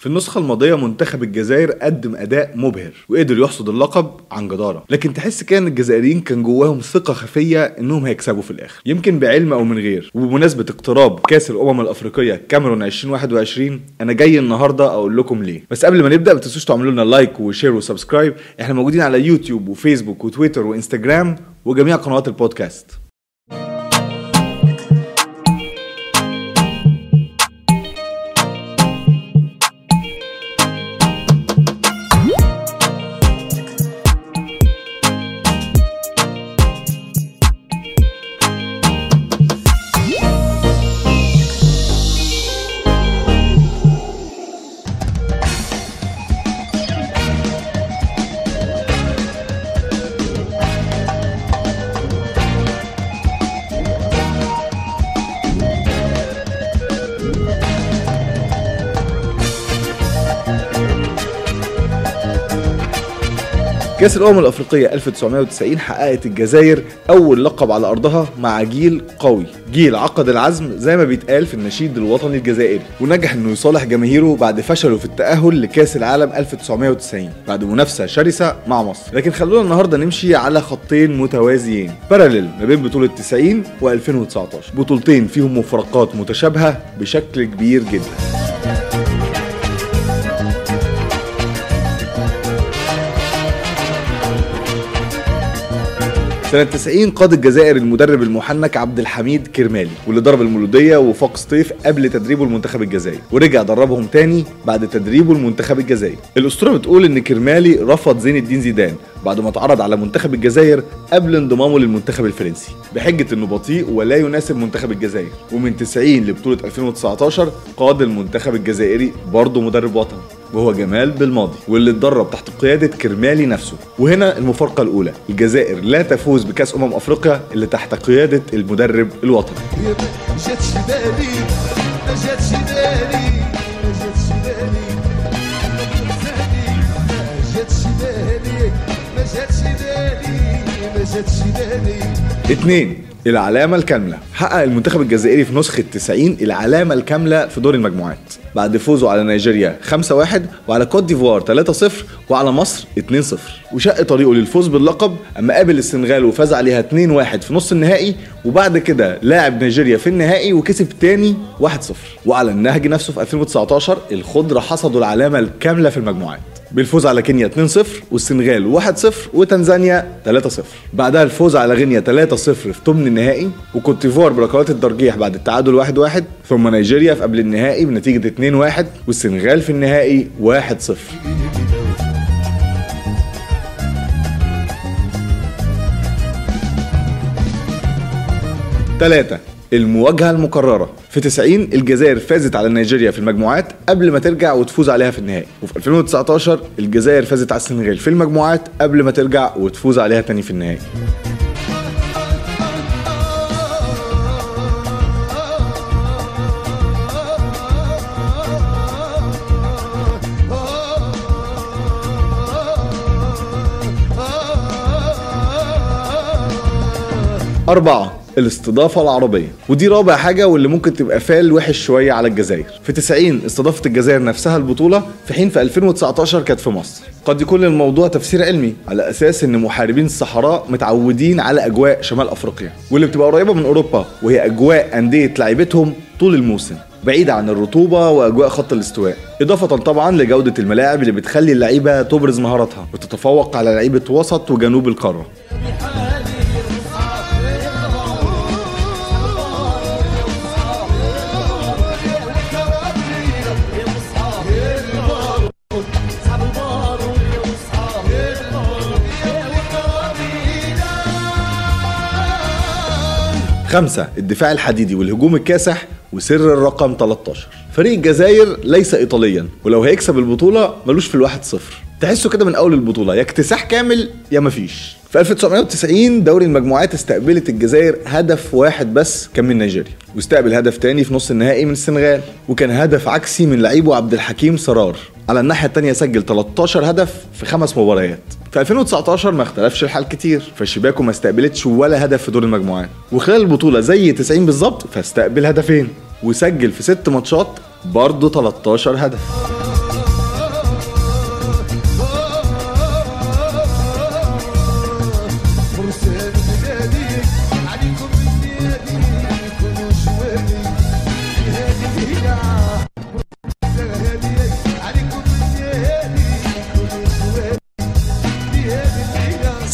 في النسخة الماضية منتخب الجزائر قدم أداء مبهر وقدر يحصد اللقب عن جدارة، لكن تحس كان الجزائريين كان جواهم ثقة خفية إنهم هيكسبوا في الآخر، يمكن بعلم أو من غير. وبمناسبة اقتراب كأس الأمم الأفريقية كاميرون 2021 أنا جاي النهاردة أقول لكم ليه. بس قبل ما نبدأ ما تنسوش تعملوا لنا لايك وشير وسبسكرايب. إحنا موجودين على يوتيوب وفيسبوك وتويتر وإنستجرام وجميع قنوات البودكاست. كأس الأمم الأفريقية 1990 حققت الجزائر أول لقب على أرضها مع جيل قوي، جيل عقد العزم زي ما بيتقال في النشيد الوطني الجزائري، ونجح إنه يصالح جماهيره بعد فشله في التأهل لكأس العالم 1990 بعد منافسة شرسة مع مصر. لكن خلونا النهاردة نمشي على خطين متوازيين باراليل ما بين بطولة 90 و2019، بطولتين فيهم مفارقات متشابهة بشكل كبير جدا. سنة 90 قاد الجزائر المدرب المحنك عبد الحميد كرمالي، واللي ضرب المولودية وفاق سطيف قبل تدريبه المنتخب الجزائري، ورجع دربهم تاني بعد تدريبه المنتخب الجزائري. الأسطورة بتقول إن كرمالي رفض زين الدين زيدان بعد ما اتعرض على منتخب الجزائر قبل انضمامه للمنتخب الفرنسي بحجة إنه بطيء ولا يناسب منتخب الجزائر. ومن 90 لبطولة 2019 قاد المنتخب الجزائري برضه مدرب وطني وهو جمال بالماضي، واللي اتدرب تحت قيادة كرمالي نفسه. وهنا المفارقة الأولى، الجزائر لا تفوز بكأس أفريقيا اللي تحت قيادة المدرب الوطني. اتنين، العلامة الكاملة. حقق المنتخب الجزائري في نسخة 90 العلامة الكاملة في دور المجموعات بعد فوزه على نيجيريا 5-1 وعلى كوت ديفوار 3-0 وعلى مصر 2-0، وشق طريقه للفوز باللقب اما قابل السنغال وفاز عليها 2-1 في نص النهائي، وبعد كده لاعب نيجيريا في النهائي وكسب تاني 1-0. وعلى النهج نفسه في 2019 الخضرة حصدوا العلامة الكاملة في المجموعات بالفوز على كينيا 2-0 والسنغال 1-0 وتنزانيا 3-0. بعدها الفوز على غينيا 3-0 في ثمن النهائي، وكوت ديفوار بركلات الترجيح بعد التعادل 1-1، ثم نيجيريا في قبل النهائي بنتيجة 2-1 والسنغال في النهائي 1-0. 3. المواجهة المكررة. في 90 الجزائر فازت على نيجيريا في المجموعات قبل ما ترجع وتفوز عليها في النهائي، وفي 2019 الجزائر فازت على السنغال في المجموعات قبل ما ترجع وتفوز عليها تاني في النهائي. أربعة، الاستضافة العربية، ودي رابع حاجة واللي ممكن تبقى فال وحش شوية على الجزائر. في 90 استضافت الجزائر نفسها البطولة، في حين في 2019 كانت في مصر. قد يكون الموضوع تفسير علمي على أساس إن محاربين الصحراء متعودين على أجواء شمال أفريقيا واللي بتبقى قريبة من أوروبا، وهي أجواء أندية لعيبتهم طول الموسم بعيدة عن الرطوبة وأجواء خط الاستواء، إضافة طبعا لجودة الملاعب اللي بتخلي اللعيبة تبرز مهاراتها وتتفوق على لعيبة وسط وجنوب القارة. خمسة، الدفاع الحديدي والهجوم الكاسح وسر الرقم 13. فريق الجزائر ليس إيطاليا، ولو هيكسب البطولة ملوش في 1-0، تحسه كده من أول البطولة يا اكتساح كامل يا مفيش. في 1990 دوري المجموعات استقبلت الجزائر هدف واحد بس كان من نيجيريا، واستقبل هدف تاني في نص النهائي من السنغال، وكان هدف عكسي من لعيبه عبد الحكيم سرار. على الناحية التانية سجل 13 هدف في 5 مباريات. في 2019 ما اختلفش الحال كتير، فالشباكو ما استقبلتش ولا هدف في دور المجموعات، وخلال البطولة زي 90 بالظبط فاستقبل هدفين، وسجل في 6 ماتشات برضه 13 هدف.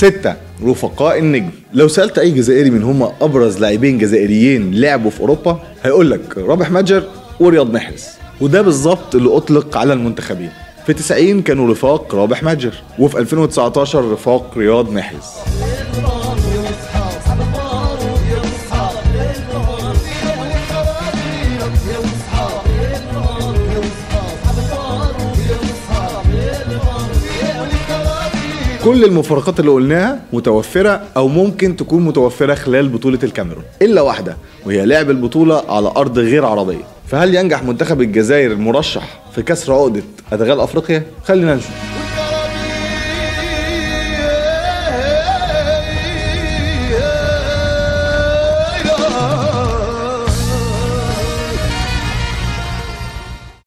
6. رفقاء النجم. لو سألت أي جزائري من هم أبرز لاعبين جزائريين لعبوا في أوروبا هيقولك رابح متجر ورياض محرز، وده بالظبط اللي أطلق على المنتخبين. في 90 كانوا رفاق رابح متجر، وفي 2019 رفاق رياض محرز. كل المفارقات اللي قلناها متوفرة أو ممكن تكون متوفرة خلال بطولة الكاميرون إلا واحدة، وهي لعب البطولة على أرض غير عربية. فهل ينجح منتخب الجزائر المرشح في كسر عقدة أدغال أفريقيا؟ خلينا نشوف.